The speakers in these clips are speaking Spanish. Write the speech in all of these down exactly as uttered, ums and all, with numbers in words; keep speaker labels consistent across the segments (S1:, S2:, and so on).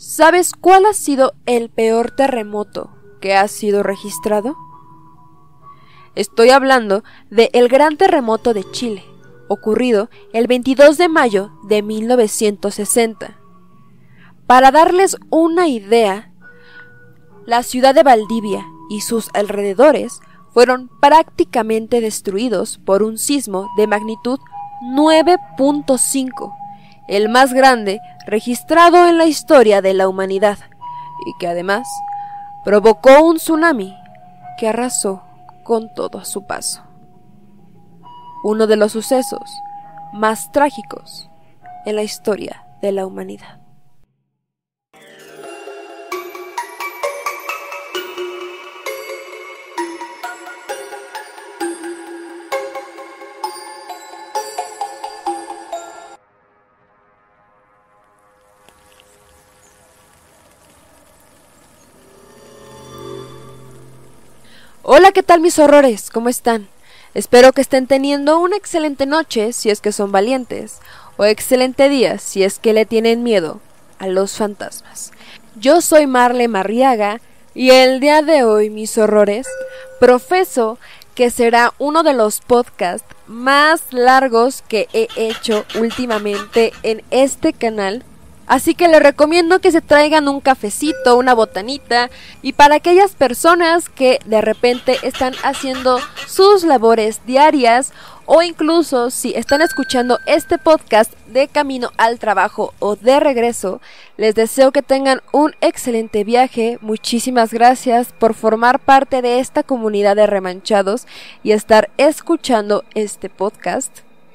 S1: ¿Sabes cuál ha sido el peor terremoto que ha sido registrado? Estoy hablando del Gran Terremoto de Chile, ocurrido el veintidós de mayo de mil novecientos sesenta. Para darles una idea, la ciudad de Valdivia y sus alrededores fueron prácticamente destruidos por un sismo de magnitud nueve punto cinco, el más grande registrado en la historia de la humanidad, y que además provocó un tsunami que arrasó con todo a su paso. Uno de los sucesos más trágicos en la historia de la humanidad. Hola, ¿qué tal mis horrores? ¿Cómo están? Espero que estén teniendo una excelente noche si es que son valientes, o excelente día si es que le tienen miedo a los fantasmas. Yo soy Marle Marriaga y el día de hoy, mis horrores, profeso que será uno de los podcasts más largos que he hecho últimamente en este canal. Así que les recomiendo que se traigan un cafecito, una botanita, y para aquellas personas que de repente están haciendo sus labores diarias o incluso si están escuchando este podcast de camino al trabajo o de regreso, les deseo que tengan un excelente viaje. Muchísimas gracias por formar parte de esta comunidad de remanchados y estar escuchando este podcast.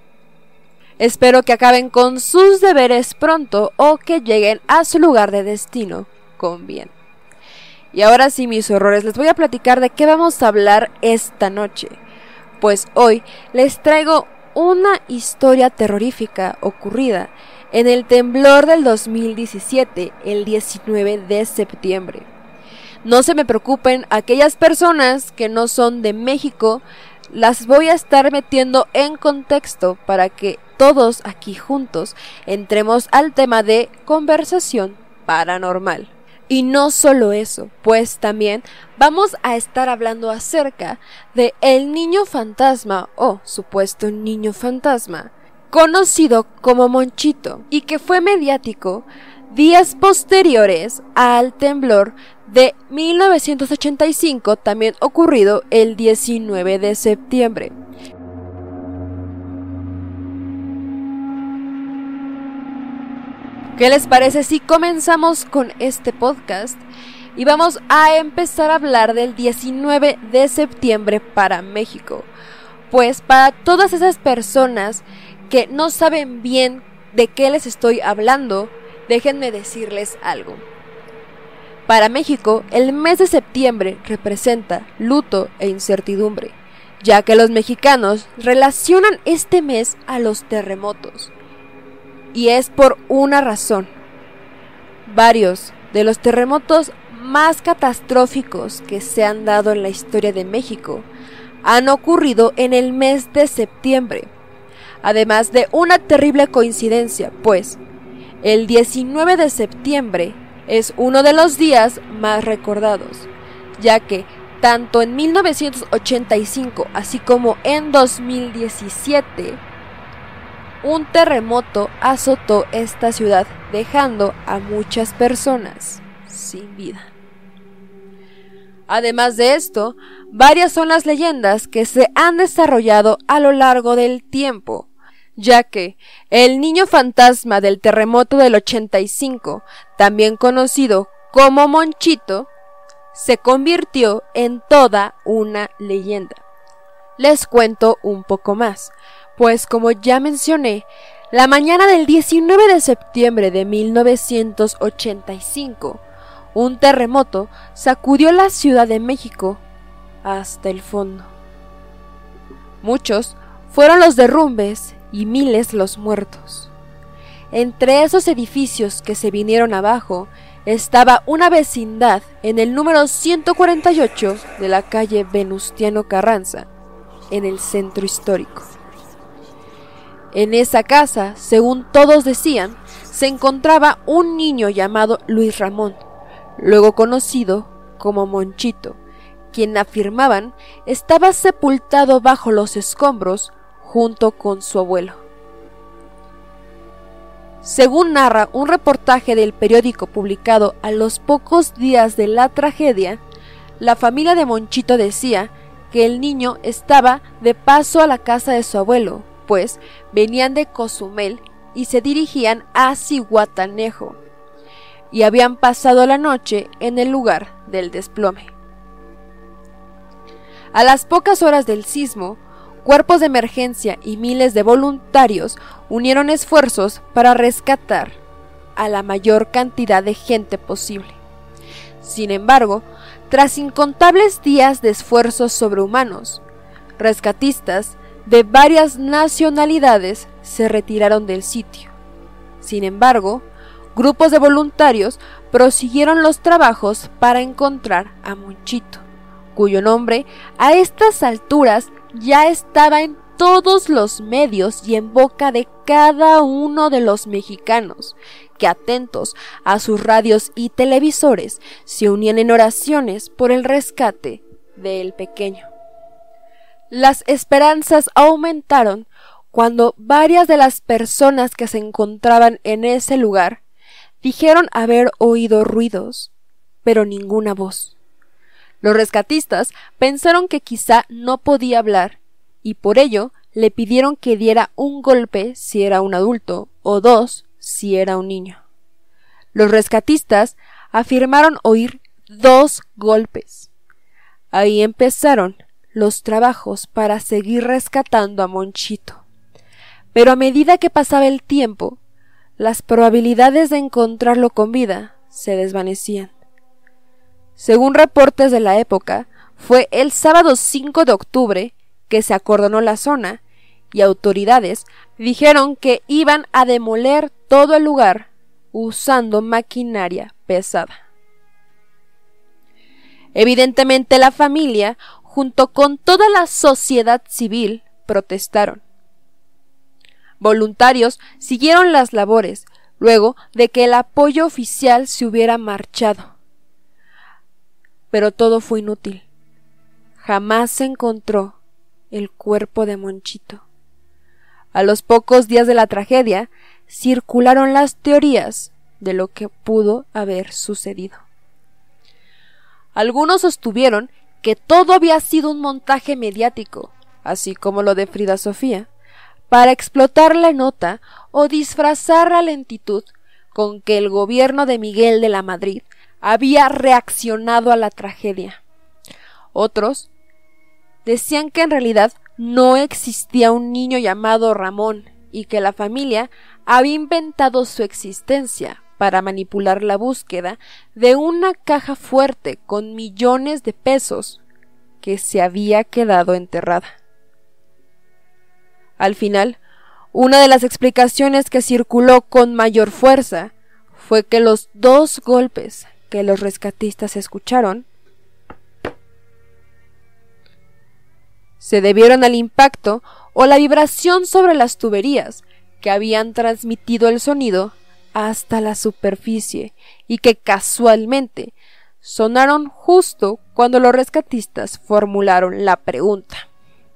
S1: Espero que acaben con sus deberes pronto o que lleguen a su lugar de destino con bien. Y ahora sí, mis horrores, les voy a platicar de qué vamos a hablar esta noche. Pues hoy les traigo una historia terrorífica ocurrida en el temblor del dos mil diecisiete, el diecinueve de septiembre. No se me preocupen, aquellas personas que no son de México, las voy a estar metiendo en contexto para que todos aquí juntos entremos al tema de conversación paranormal. Y no solo eso, pues también vamos a estar hablando acerca de el niño fantasma o supuesto niño fantasma, conocido como Monchito, y que fue mediático días posteriores al temblor de mil novecientos ochenta y cinco, también ocurrido el diecinueve de septiembre. ¿Qué les parece si comenzamos con este podcast? Y vamos a empezar a hablar del diecinueve de septiembre para México. Pues para todas esas personas que no saben bien de qué les estoy hablando, déjenme decirles algo. Para México, el mes de septiembre representa luto e incertidumbre, ya que los mexicanos relacionan este mes a los terremotos. Y es por una razón. Varios de los terremotos más catastróficos que se han dado en la historia de México han ocurrido en el mes de septiembre. Además de una terrible coincidencia, pues el diecinueve de septiembre es uno de los días más recordados, ya que tanto en mil novecientos ochenta y cinco así como en dos mil diecisiete, un terremoto azotó esta ciudad, dejando a muchas personas sin vida. Además de esto, varias son las leyendas que se han desarrollado a lo largo del tiempo, ya que el niño fantasma del terremoto del ochenta y cinco, también conocido como Monchito, se convirtió en toda una leyenda. Les cuento un poco más, pues como ya mencioné, la mañana del diecinueve de septiembre de mil novecientos ochenta y cinco, un terremoto sacudió la Ciudad de México hasta el fondo. Muchos fueron los derrumbes y miles los muertos. Entre esos edificios que se vinieron abajo estaba una vecindad en el número ciento cuarenta y ocho de la calle Venustiano Carranza, en el centro histórico. En esa casa, según todos decían, se encontraba un niño llamado Luis Ramón, luego conocido como Monchito, quien afirmaban estaba sepultado bajo los escombros junto con su abuelo. Según narra un reportaje del periódico publicado a los pocos días de la tragedia, la familia de Monchito decía que el niño estaba de paso a la casa de su abuelo, pues venían de Cozumel y se dirigían a Zihuatanejo, y habían pasado la noche en el lugar del desplome. A las pocas horas del sismo, cuerpos de emergencia y miles de voluntarios unieron esfuerzos para rescatar a la mayor cantidad de gente posible. Sin embargo, tras incontables días de esfuerzos sobrehumanos, rescatistas de varias nacionalidades se retiraron del sitio. Sin embargo, grupos de voluntarios prosiguieron los trabajos para encontrar a Monchito, cuyo nombre a estas alturas ya estaba en todos los medios y en boca de cada uno de los mexicanos, que atentos a sus radios y televisores se unían en oraciones por el rescate del pequeño. Las esperanzas aumentaron cuando varias de las personas que se encontraban en ese lugar dijeron haber oído ruidos, pero ninguna voz. Los rescatistas pensaron que quizá no podía hablar y por ello le pidieron que diera un golpe si era un adulto o dos si era un niño. Los rescatistas afirmaron oír dos golpes. Ahí empezaron los trabajos para seguir rescatando a Monchito. Pero a medida que pasaba el tiempo, las probabilidades de encontrarlo con vida se desvanecían. Según reportes de la época, fue el sábado cinco de octubre que se acordonó la zona y autoridades dijeron que iban a demoler todo el lugar usando maquinaria pesada. Evidentemente la familia, junto con toda la sociedad civil, protestaron. Voluntarios siguieron las labores luego de que el apoyo oficial se hubiera marchado. Pero todo fue inútil. Jamás se encontró el cuerpo de Monchito. A los pocos días de la tragedia, circularon las teorías de lo que pudo haber sucedido. Algunos sostuvieron que todo había sido un montaje mediático, así como lo de Frida Sofía, para explotar la nota o disfrazar la lentitud con que el gobierno de Miguel de la Madrid había reaccionado a la tragedia. Otros decían que en realidad no existía un niño llamado Ramón y que la familia había inventado su existencia para manipular la búsqueda de una caja fuerte con millones de pesos que se había quedado enterrada. Al final, una de las explicaciones que circuló con mayor fuerza fue que los dos golpes que los rescatistas escucharon se debieron al impacto o la vibración sobre las tuberías que habían transmitido el sonido hasta la superficie y que casualmente sonaron justo cuando los rescatistas formularon la pregunta.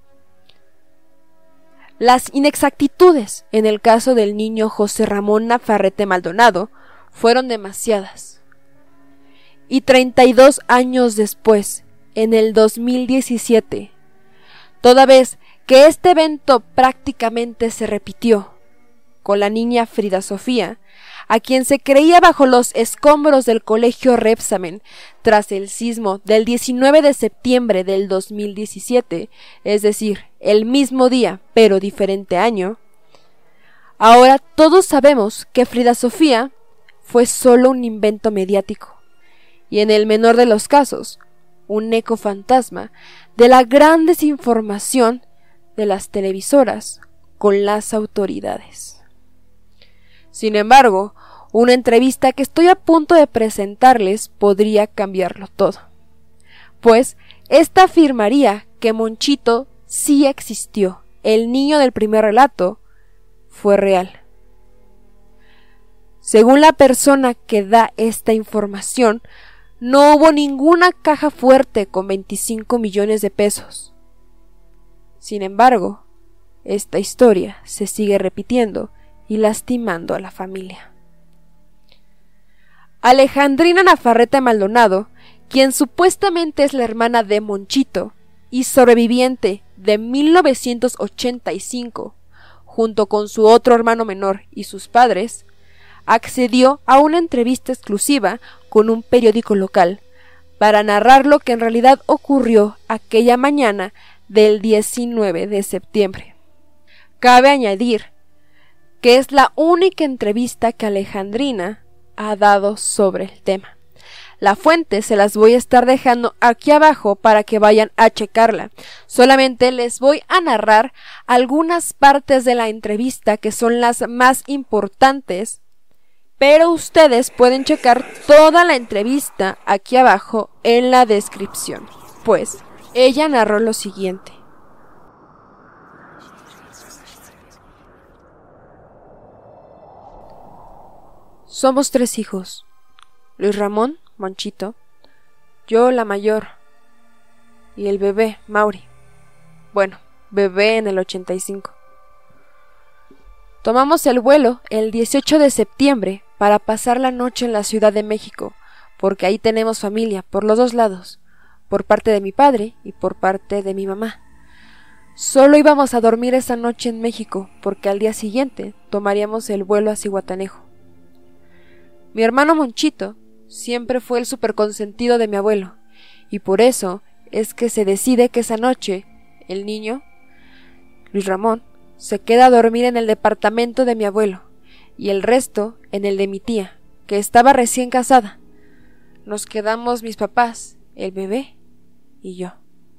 S1: Las inexactitudes en el caso del niño José Ramón Nafarrete Maldonado fueron demasiadas. Y treinta y dos años después, en el dos mil diecisiete, toda vez que este evento prácticamente se repitió, con la niña Frida Sofía, a quien se creía bajo los escombros del colegio Rebsamen tras el sismo del diecinueve de septiembre del dos mil diecisiete, es decir, el mismo día pero diferente año. Ahora todos sabemos que Frida Sofía fue solo un invento mediático y en el menor de los casos, un eco fantasma de la gran desinformación de las televisoras con las autoridades. Sin embargo, una entrevista que estoy a punto de presentarles podría cambiarlo todo, pues esta afirmaría que Monchito sí existió, el niño del primer relato fue real. Según la persona que da esta información, no hubo ninguna caja fuerte con veinticinco millones de pesos. Sin embargo, esta historia se sigue repitiendo y lastimando a la familia. Alejandrina Nafarrete Maldonado, quien supuestamente es la hermana de Monchito y sobreviviente de mil novecientos ochenta y cinco, junto con su otro hermano menor y sus padres, accedió a una entrevista exclusiva con un periódico local para narrar lo que en realidad ocurrió aquella mañana del diecinueve de septiembre. Cabe añadir que es la única entrevista que Alejandrina ha dado sobre el tema. La fuente se las voy a estar dejando aquí abajo para que vayan a checarla. Solamente les voy a narrar algunas partes de la entrevista que son las más importantes, pero ustedes pueden checar toda la entrevista aquí abajo en la descripción. Pues ella narró lo siguiente. Somos tres hijos. Luis Ramón, Monchito, yo la mayor, y el bebé, Mauri. Bueno, bebé en el ochenta y cinco. Tomamos el vuelo el dieciocho de septiembre para pasar la noche en la Ciudad de México, porque ahí tenemos familia por los dos lados, por parte de mi padre y por parte de mi mamá. Solo íbamos a dormir esa noche en México, porque al día siguiente tomaríamos el vuelo a Zihuatanejo. Mi hermano Monchito siempre fue el superconsentido de mi abuelo, y por eso es que se decide que esa noche el niño, Luis Ramón, se queda a dormir en el departamento de mi abuelo, y el resto en el de mi tía, que estaba recién casada. Nos quedamos mis papás, el bebé y yo.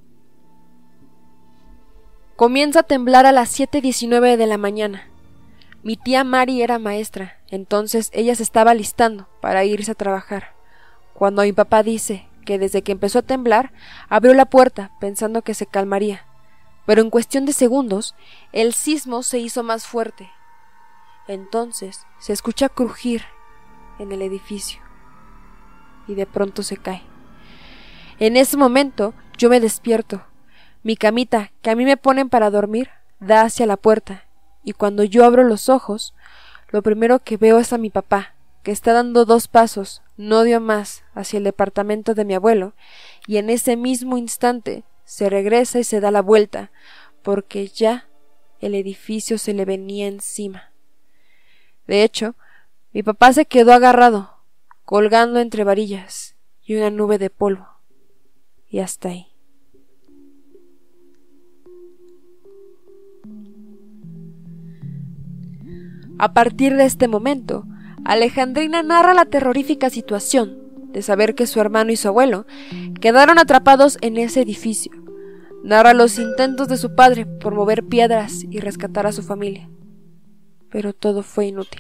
S1: Comienza a temblar a las siete diecinueve de la mañana. Mi tía Mari era maestra, entonces ella se estaba listando para irse a trabajar, cuando mi papá dice que desde que empezó a temblar, abrió la puerta pensando que se calmaría, pero en cuestión de segundos, el sismo se hizo más fuerte. Entonces se escucha crujir en el edificio, y de pronto se cae. En ese momento yo me despierto. Mi camita, que a mí me ponen para dormir, da hacia la puerta, y cuando yo abro los ojos, lo primero que veo es a mi papá, que está dando dos pasos, no dio más, hacia el departamento de mi abuelo, y en ese mismo instante se regresa y se da la vuelta, porque ya el edificio se le venía encima. De hecho, mi papá se quedó agarrado, colgando entre varillas y una nube de polvo, y hasta ahí. A partir de este momento, Alejandrina narra la terrorífica situación de saber que su hermano y su abuelo quedaron atrapados en ese edificio. Narra los intentos de su padre por mover piedras y rescatar a su familia, pero todo fue inútil.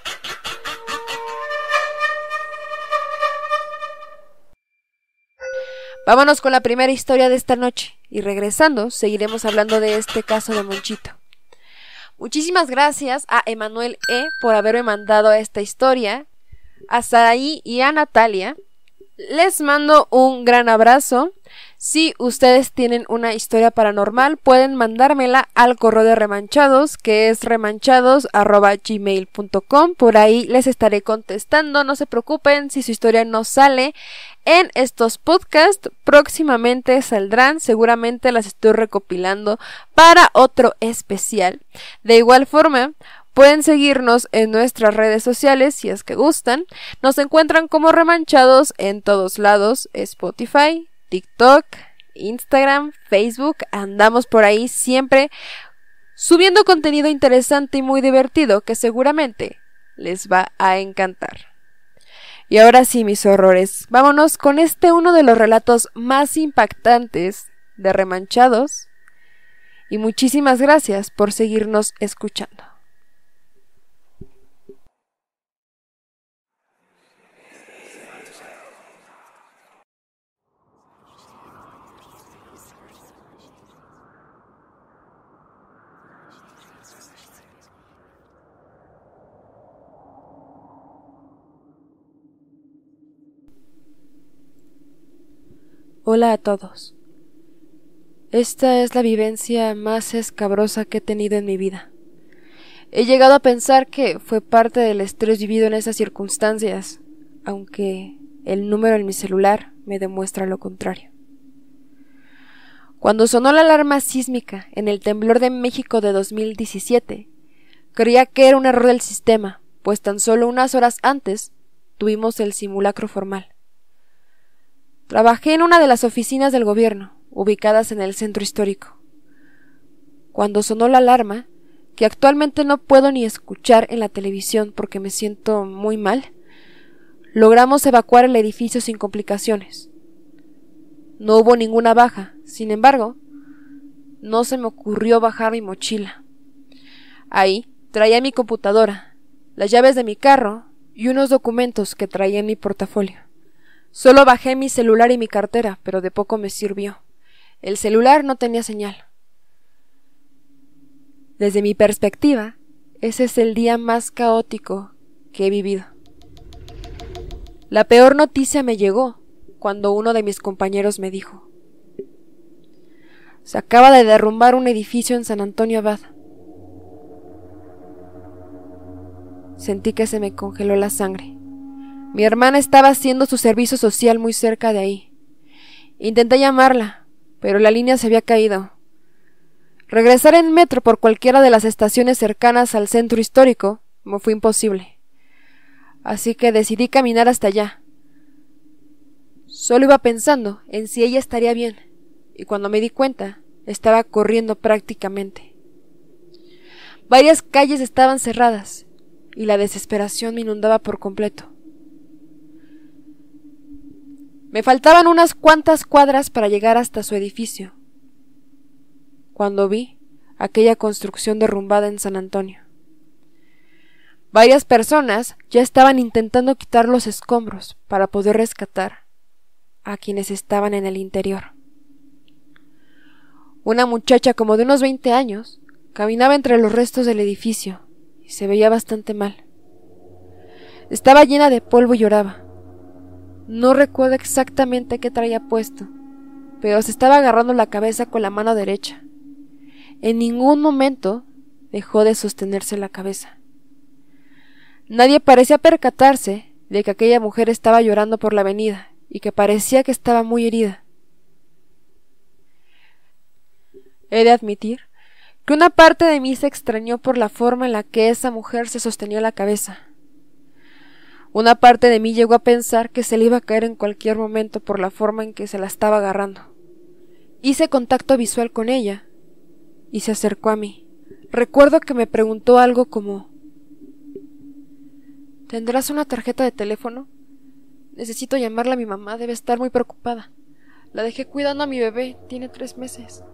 S1: Vámonos con la primera historia de esta noche, y regresando seguiremos hablando de este caso de Monchito. Muchísimas gracias a Emanuel E. por haberme mandado esta historia, a Saraí y a Natalia. Les mando un gran abrazo. Si ustedes tienen una historia paranormal, pueden mandármela al correo de Remanchados, que es remanchados arroba gmail punto com. Por ahí les estaré contestando. No se preocupen si su historia no sale en estos podcasts. Próximamente saldrán, seguramente las estoy recopilando para otro especial. De igual forma, pueden seguirnos en nuestras redes sociales si es que gustan. Nos encuentran como Remanchados en todos lados: Spotify, TikTok, Instagram, Facebook. Andamos por ahí siempre subiendo contenido interesante y muy divertido que seguramente les va a encantar. Y ahora sí, mis horrores, vámonos con este uno de los relatos más impactantes de Remanchados, y muchísimas gracias por seguirnos escuchando. Hola a todos. Esta es la vivencia más escabrosa que he tenido en mi vida. He llegado a pensar que fue parte del estrés vivido en esas circunstancias, aunque el número en mi celular me demuestra lo contrario. Cuando sonó la alarma sísmica en el temblor de México de dos mil diecisiete, creía que era un error del sistema, pues tan solo unas horas antes tuvimos el simulacro formal. Trabajé en una de las oficinas del gobierno, ubicadas en el centro histórico. Cuando sonó la alarma, que actualmente no puedo ni escuchar en la televisión porque me siento muy mal, logramos evacuar el edificio sin complicaciones. No hubo ninguna baja, sin embargo, no se me ocurrió bajar mi mochila. Ahí traía mi computadora, las llaves de mi carro y unos documentos que traía en mi portafolio. Solo bajé mi celular y mi cartera, pero de poco me sirvió. El celular no tenía señal. Desde mi perspectiva, ese es el día más caótico que he vivido. La peor noticia me llegó cuando uno de mis compañeros me dijo: se acaba de derrumbar un edificio en San Antonio Abad. Sentí que se me congeló la sangre. Mi hermana estaba haciendo su servicio social muy cerca de ahí. Intenté llamarla, pero la línea se había caído. Regresar en metro por cualquiera de las estaciones cercanas al centro histórico me fue imposible. Así que decidí caminar hasta allá. Solo iba pensando en si ella estaría bien, y cuando me di cuenta, estaba corriendo prácticamente. Varias calles estaban cerradas, y la desesperación me inundaba por completo. Me faltaban unas cuantas cuadras para llegar hasta su edificio, cuando vi aquella construcción derrumbada en San Antonio. Varias personas ya estaban intentando quitar los escombros para poder rescatar a quienes estaban en el interior. Una muchacha como de unos veinte años caminaba entre los restos del edificio y se veía bastante mal. Estaba llena de polvo y lloraba. No recuerdo exactamente qué traía puesto, pero se estaba agarrando la cabeza con la mano derecha. En ningún momento dejó de sostenerse la cabeza. Nadie parecía percatarse de que aquella mujer estaba llorando por la avenida y que parecía que estaba muy herida. He de admitir que una parte de mí se extrañó por la forma en la que esa mujer se sostenía la cabeza. Una parte de mí llegó a pensar que se le iba a caer en cualquier momento por la forma en que se la estaba agarrando. Hice contacto visual con ella y se acercó a mí. Recuerdo que me preguntó algo como: ¿tendrás una tarjeta de teléfono? Necesito llamarle a mi mamá, debe estar muy preocupada. La dejé cuidando a mi bebé, tiene tres meses.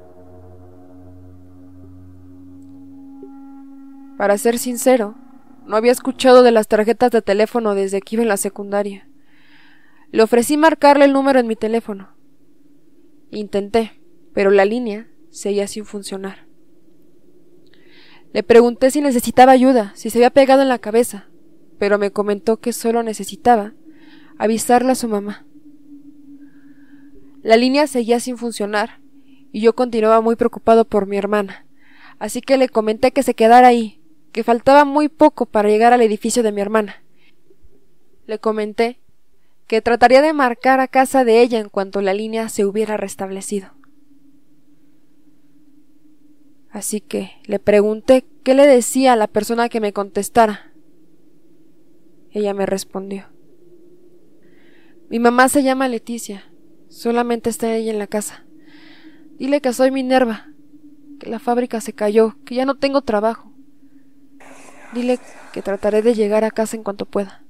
S1: Para ser sincero, no había escuchado de las tarjetas de teléfono desde que iba en la secundaria. Le ofrecí marcarle el número en mi teléfono. Intenté, pero la línea seguía sin funcionar. Le pregunté si necesitaba ayuda, si se había pegado en la cabeza, pero me comentó que solo necesitaba avisarle a su mamá. La línea seguía sin funcionar y yo continuaba muy preocupado por mi hermana, así que le comenté que se quedara ahí, que faltaba muy poco para llegar al edificio de mi hermana. Le comenté que trataría de marcar a casa de ella en cuanto la línea se hubiera restablecido. Así que le pregunté qué le decía a la persona que me contestara. Ella me respondió: mi mamá se llama Leticia, solamente está ella en la casa. Dile que soy Minerva, que la fábrica se cayó, que ya no tengo trabajo. Dile que trataré de llegar a casa en cuanto pueda.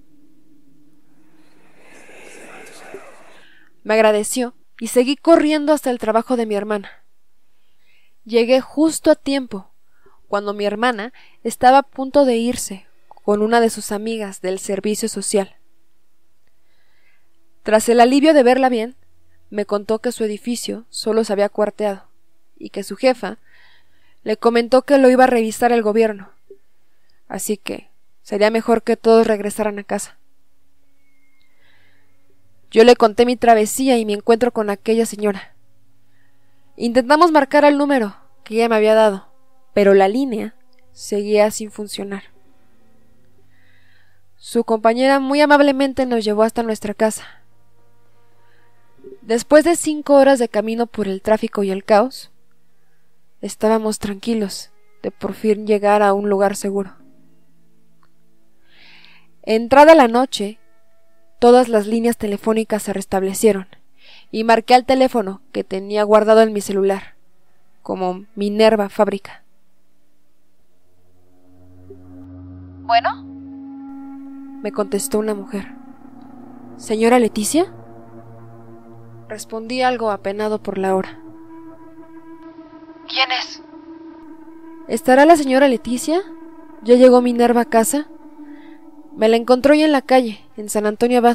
S1: Me agradeció y seguí corriendo hasta el trabajo de mi hermana. Llegué justo a tiempo, cuando mi hermana estaba a punto de irse con una de sus amigas del servicio social. Tras el alivio de verla bien, me contó que su edificio solo se había cuarteado y que su jefa le comentó que lo iba a revisar el gobierno. Así que sería mejor que todos regresaran a casa. Yo le conté mi travesía y mi encuentro con aquella señora. Intentamos marcar el número que ella me había dado, pero la línea seguía sin funcionar. Su compañera muy amablemente nos llevó hasta nuestra casa. Después de cinco horas de camino por el tráfico y el caos, estábamos tranquilos de por fin llegar a un lugar seguro. Entrada la noche, todas las líneas telefónicas se restablecieron y marqué al teléfono que tenía guardado en mi celular, como Minerva Fábrica.
S2: ¿Bueno?
S1: Me contestó una mujer. ¿Señora Leticia? Respondí algo apenado por la hora.
S2: ¿Quién es?
S1: ¿Estará la señora Leticia? ¿Ya llegó Minerva a casa? Me la encontró hoy en la calle, en San Antonio Abad.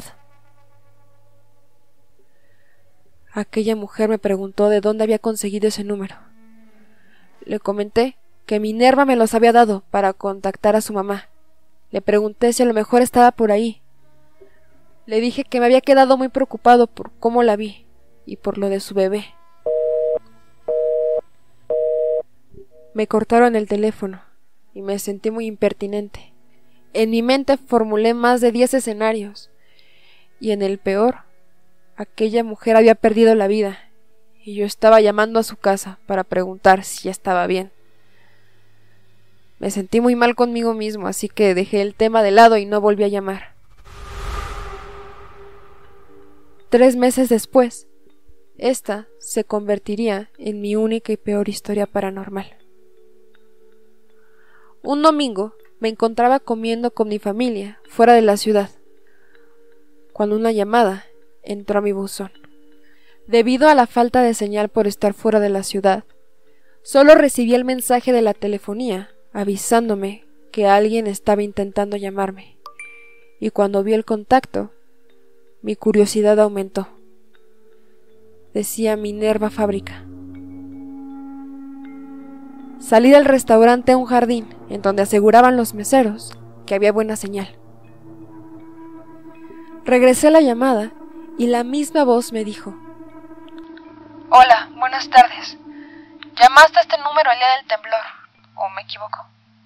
S1: Aquella mujer me preguntó de dónde había conseguido ese número. Le comenté que Minerva me los había dado para contactar a su mamá. Le pregunté si a lo mejor estaba por ahí. Le dije que me había quedado muy preocupado por cómo la vi y por lo de su bebé. Me cortaron el teléfono y me sentí muy impertinente. En mi mente formulé más de diez escenarios, y en el peor, aquella mujer había perdido la vida, y yo estaba llamando a su casa para preguntar si estaba bien. Me sentí muy mal conmigo mismo, así que dejé el tema de lado y no volví a llamar. Tres meses después, esta se convertiría en mi única y peor historia paranormal. Un domingo me encontraba comiendo con mi familia fuera de la ciudad, cuando una llamada entró a mi buzón. Debido a la falta de señal por estar fuera de la ciudad, solo recibí el mensaje de la telefonía avisándome que alguien estaba intentando llamarme, y cuando vi el contacto, mi curiosidad aumentó. Decía Minerva Fábrica. Salí del restaurante a un jardín en donde aseguraban los meseros que había buena señal. Regresé a la llamada y la misma voz me dijo:
S2: Hola, buenas tardes. ¿Llamaste a este número el día del temblor? ¿O me equivoco?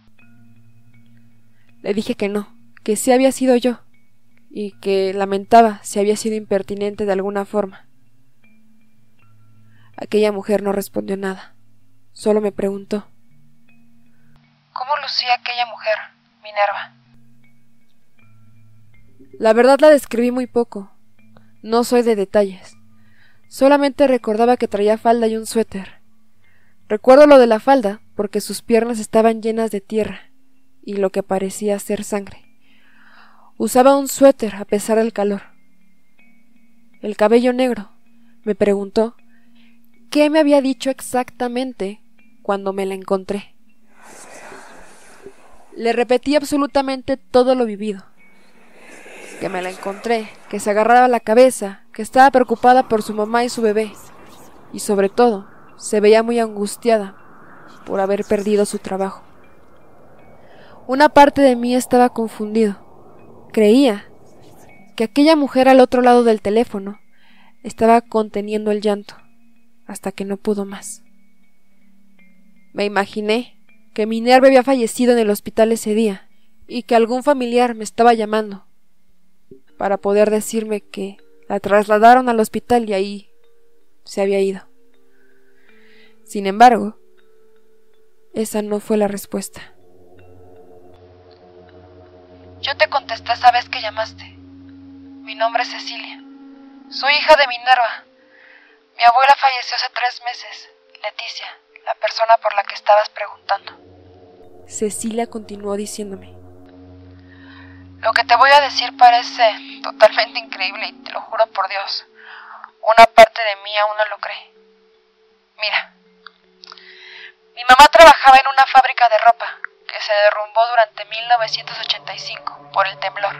S1: Le dije que no, que sí había sido yo, y que lamentaba si había sido impertinente de alguna forma. Aquella mujer no respondió nada, solo me preguntó:
S2: ¿cómo lucía aquella mujer, Minerva?
S1: La verdad la describí muy poco, no soy de detalles, solamente recordaba que traía falda y un suéter. Recuerdo lo de la falda porque sus piernas estaban llenas de tierra y lo que parecía ser sangre. Usaba un suéter a pesar del calor. El cabello negro. Me preguntó qué me había dicho exactamente cuando me la encontré. Le repetí absolutamente todo lo vivido. Que me la encontré, que se agarraba la cabeza, que estaba preocupada por su mamá y su bebé, y sobre todo, se veía muy angustiada por haber perdido su trabajo. Una parte de mí estaba confundido. Creía que aquella mujer al otro lado del teléfono estaba conteniendo el llanto, hasta que no pudo más. Me imaginé que Minerva había fallecido en el hospital ese día, y que algún familiar me estaba llamando para poder decirme que la trasladaron al hospital y ahí se había ido. Sin embargo, esa no fue la respuesta.
S2: Yo te contesté esa vez que llamaste. Mi nombre es Cecilia. Soy hija de Minerva. Mi abuela falleció hace tres meses. Leticia, la persona por la que estabas preguntando.
S1: Cecilia continuó diciéndome:
S2: Lo que te voy a decir parece totalmente increíble y te lo juro por Dios. Una parte de mí aún no lo cree. Mira, mi mamá trabajaba en una fábrica de ropa que se derrumbó durante mil novecientos ochenta y cinco por el temblor.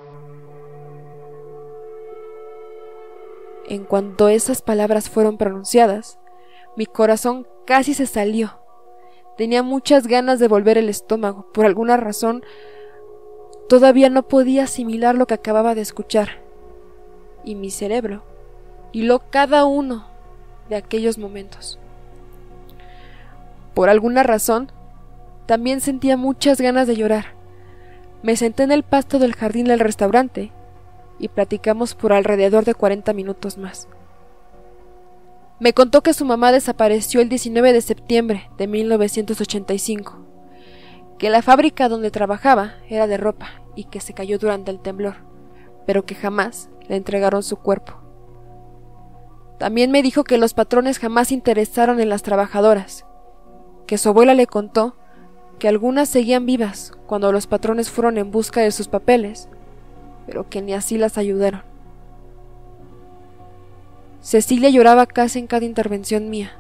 S1: En cuanto esas palabras fueron pronunciadas, mi corazón casi se salió. Tenía muchas ganas de volver el estómago. Por alguna razón, todavía no podía asimilar lo que acababa de escuchar. y mi cerebro hiló cada uno de aquellos momentos. Por alguna razón, también sentía muchas ganas de llorar. Me senté en el pasto del jardín del restaurante y platicamos por alrededor de cuarenta minutos más. Me contó que su mamá desapareció el diecinueve de septiembre de mil novecientos ochenta y cinco, que la fábrica donde trabajaba era de ropa y que se cayó durante el temblor, pero que jamás le entregaron su cuerpo. También me dijo que los patrones jamás se interesaron en las trabajadoras, que su abuela le contó que algunas seguían vivas cuando los patrones fueron en busca de sus papeles, pero que ni así las ayudaron. Cecilia lloraba casi en cada intervención mía.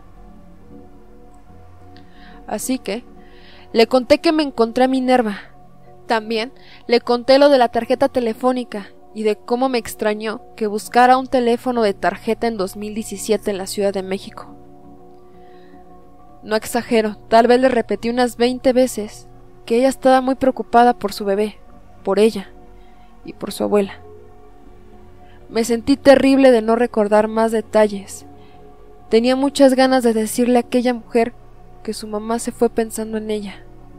S1: Así que le conté que me encontré a Minerva. También le conté lo de la tarjeta telefónica y de cómo me extrañó que buscara un teléfono de tarjeta en dos mil diecisiete en la Ciudad de México. No exagero, tal vez le repetí unas veinte veces que ella estaba muy preocupada por su bebé, por ella y por su abuela. Me sentí terrible de no recordar más detalles. Tenía muchas ganas de decirle a aquella mujer que su mamá se fue pensando en ella.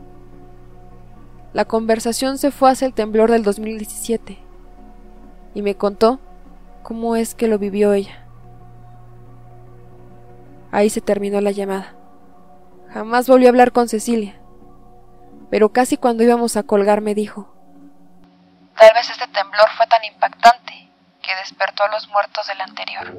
S1: La conversación se fue hacia el temblor del dos mil diecisiete y me contó cómo es que lo vivió ella. Ahí se terminó la llamada. Jamás volvió a hablar con Cecilia, pero casi cuando íbamos a colgar me dijo:
S2: tal vez este temblor fue tan impactante que despertó a los muertos del anterior.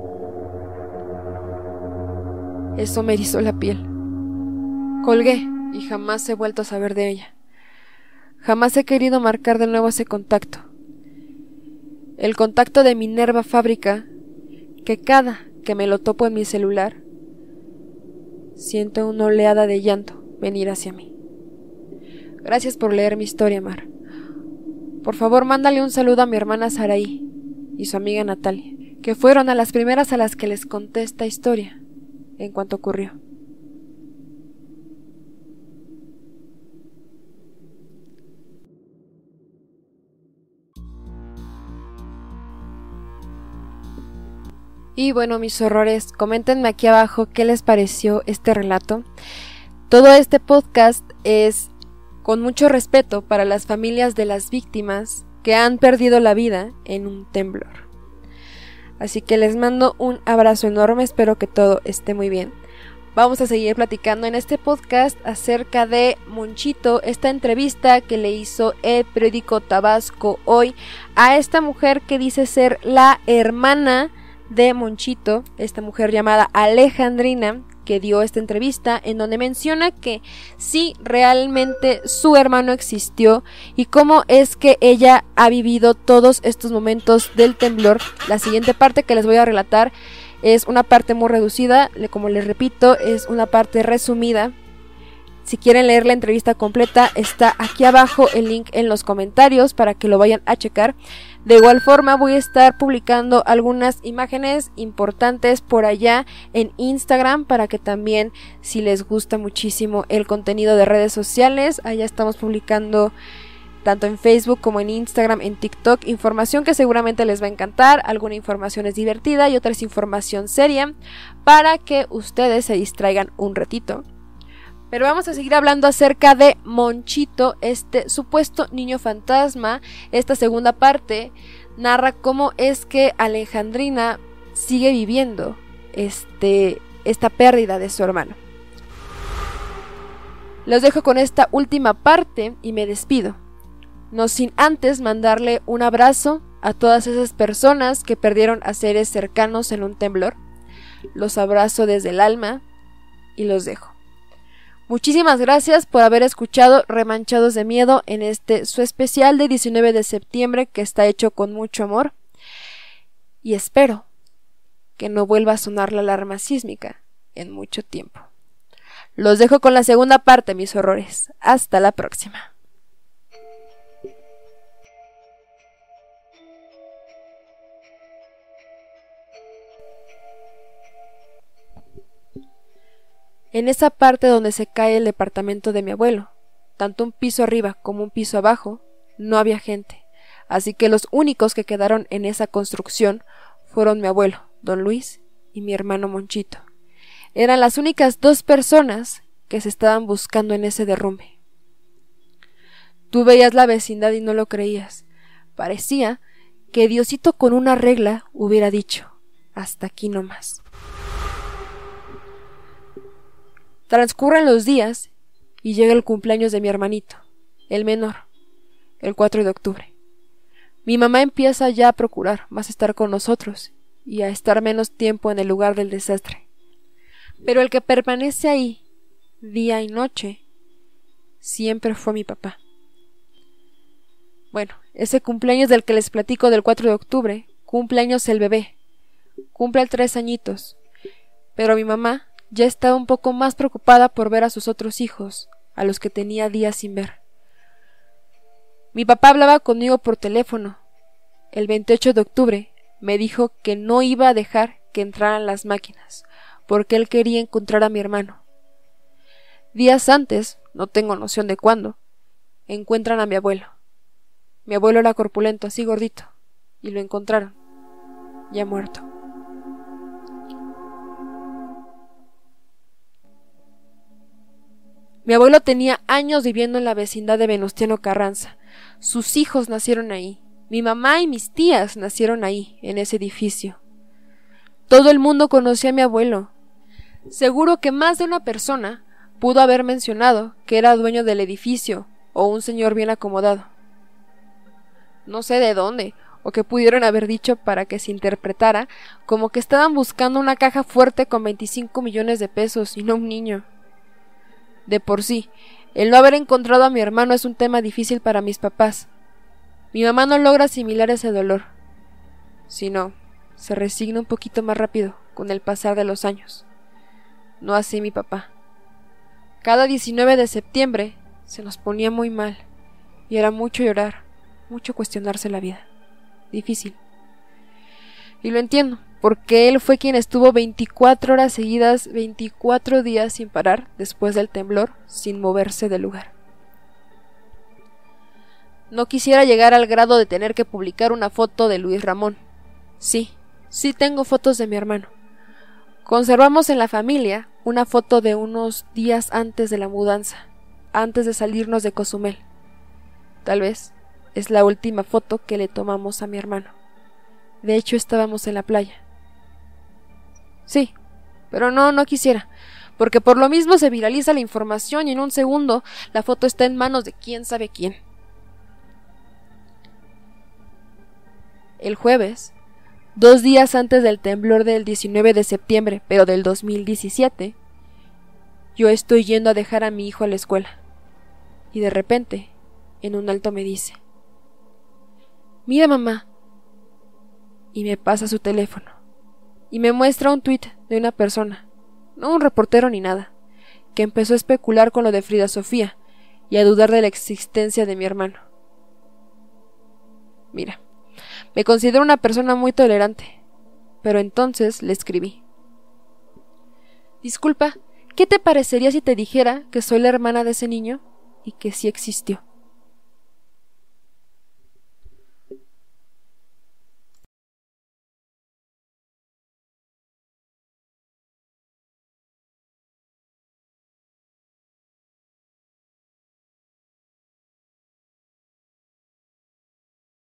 S1: Eso me erizó la piel. Colgué y jamás he vuelto a saber de ella. Jamás he querido marcar de nuevo ese contacto. El contacto de Minerva Fábrica, que cada que me lo topo en mi celular, siento una oleada de llanto venir hacia mí. Gracias por leer mi historia, Mar. Por favor, mándale un saludo a mi hermana Saraí y su amiga Natalia, que fueron a las primeras a las que les conté esta historia en cuanto ocurrió. Y bueno, mis horrores, coméntenme aquí abajo qué les pareció este relato. Todo este podcast es con mucho respeto para las familias de las víctimas que han perdido la vida en un temblor. Así que les mando un abrazo enorme, espero que todo esté muy bien. Vamos a seguir platicando en este podcast acerca de Monchito, esta entrevista que le hizo el periódico Tabasco Hoy a esta mujer que dice ser la hermana de Monchito, esta mujer llamada Alejandrina, que dio esta entrevista en donde menciona que sí, realmente su hermano existió y cómo es que ella ha vivido todos estos momentos del temblor. La siguiente parte que les voy a relatar es una parte muy reducida, como les repito, es una parte resumida. Si quieren leer la entrevista completa, está aquí abajo el link en los comentarios para que lo vayan a checar. De igual forma voy a estar publicando algunas imágenes importantes por allá en Instagram para que también, si les gusta muchísimo el contenido de redes sociales, allá estamos publicando tanto en Facebook como en Instagram, en TikTok, información que seguramente les va a encantar. Alguna información es divertida y otra es información seria para que ustedes se distraigan un ratito. Pero vamos a seguir hablando acerca de Monchito, este supuesto niño fantasma. Esta segunda parte narra cómo es que Alejandrina sigue viviendo este, esta pérdida de su hermano. Los dejo con esta última parte y me despido, no sin antes mandarle un abrazo a todas esas personas que perdieron a seres cercanos en un temblor. Los abrazo desde el alma y los dejo. Muchísimas gracias por haber escuchado Remanchados de Miedo en este su especial de diecinueve de septiembre que está hecho con mucho amor. Y espero que no vuelva a sonar la alarma sísmica en mucho tiempo. Los dejo con la segunda parte, mis horrores. Hasta la próxima. En esa parte donde se cae el departamento de mi abuelo, tanto un piso arriba como un piso abajo, no había gente. así que los únicos que quedaron en esa construcción fueron mi abuelo, don Luis, y mi hermano Monchito. Eran las únicas dos personas que se estaban buscando en ese derrumbe. Tú veías la vecindad y no lo creías. Parecía que Diosito con una regla hubiera dicho: hasta aquí no más. Transcurren los días y llega el cumpleaños de mi hermanito, el menor, el cuatro de octubre. Mi mamá empieza ya a procurar más estar con nosotros y a estar menos tiempo en el lugar del desastre. Pero el que permanece ahí, día y noche, siempre fue mi papá. Bueno, ese cumpleaños del que les platico del cuatro de octubre, cumpleaños el bebé, cumple tres añitos, pero mi mamá ya estaba un poco más preocupada por ver a sus otros hijos, a los que tenía días sin ver. Mi papá hablaba conmigo por teléfono. El veintiocho de octubre me dijo que no iba a dejar que entraran las máquinas, porque él quería encontrar a mi hermano. Días antes, no tengo noción de cuándo, encuentran a mi abuelo. Mi abuelo era corpulento, así gordito, y lo encontraron, ya muerto. Mi abuelo tenía años viviendo en la vecindad de Venustiano Carranza. Sus hijos nacieron ahí. Mi mamá y mis tías nacieron ahí, en ese edificio. Todo el mundo conocía a mi abuelo. Seguro que más de una persona pudo haber mencionado que era dueño del edificio o un señor bien acomodado. No sé de dónde, o que pudieron haber dicho para que se interpretara como que estaban buscando una caja fuerte con veinticinco millones de pesos y no un niño. De por sí, el no haber encontrado a mi hermano es un tema difícil para mis papás. Mi mamá no logra asimilar ese dolor, sino se resigna un poquito más rápido con el pasar de los años. No así mi papá. Cada diecinueve de septiembre se nos ponía muy mal y era mucho llorar, mucho cuestionarse la vida. Difícil. Y lo entiendo, porque él fue quien estuvo veinticuatro horas seguidas, veinticuatro días sin parar, después del temblor, sin moverse del lugar. No quisiera llegar al grado de tener que publicar una foto de Luis Ramón. Sí, sí tengo fotos de mi hermano. Conservamos en la familia una foto de unos días antes de la mudanza, antes de salirnos de Cozumel. Tal vez es la última foto que le tomamos a mi hermano. De hecho, estábamos en la playa. Sí, pero no, no quisiera, porque por lo mismo se viraliza la información y en un segundo la foto está en manos de quién sabe quién. El jueves, dos días antes del temblor del diecinueve de septiembre, pero del dos mil diecisiete, yo estoy yendo a dejar a mi hijo a la escuela, y de repente, en un alto me dice: «Mira, mamá», y me pasa su teléfono, y me muestra un tuit de una persona, no un reportero ni nada, que empezó a especular con lo de Frida Sofía y a dudar de la existencia de mi hermano. Mira, me considero una persona muy tolerante, pero entonces le escribí: «Disculpa, ¿qué te parecería si te dijera que soy la hermana de ese niño y que sí existió?»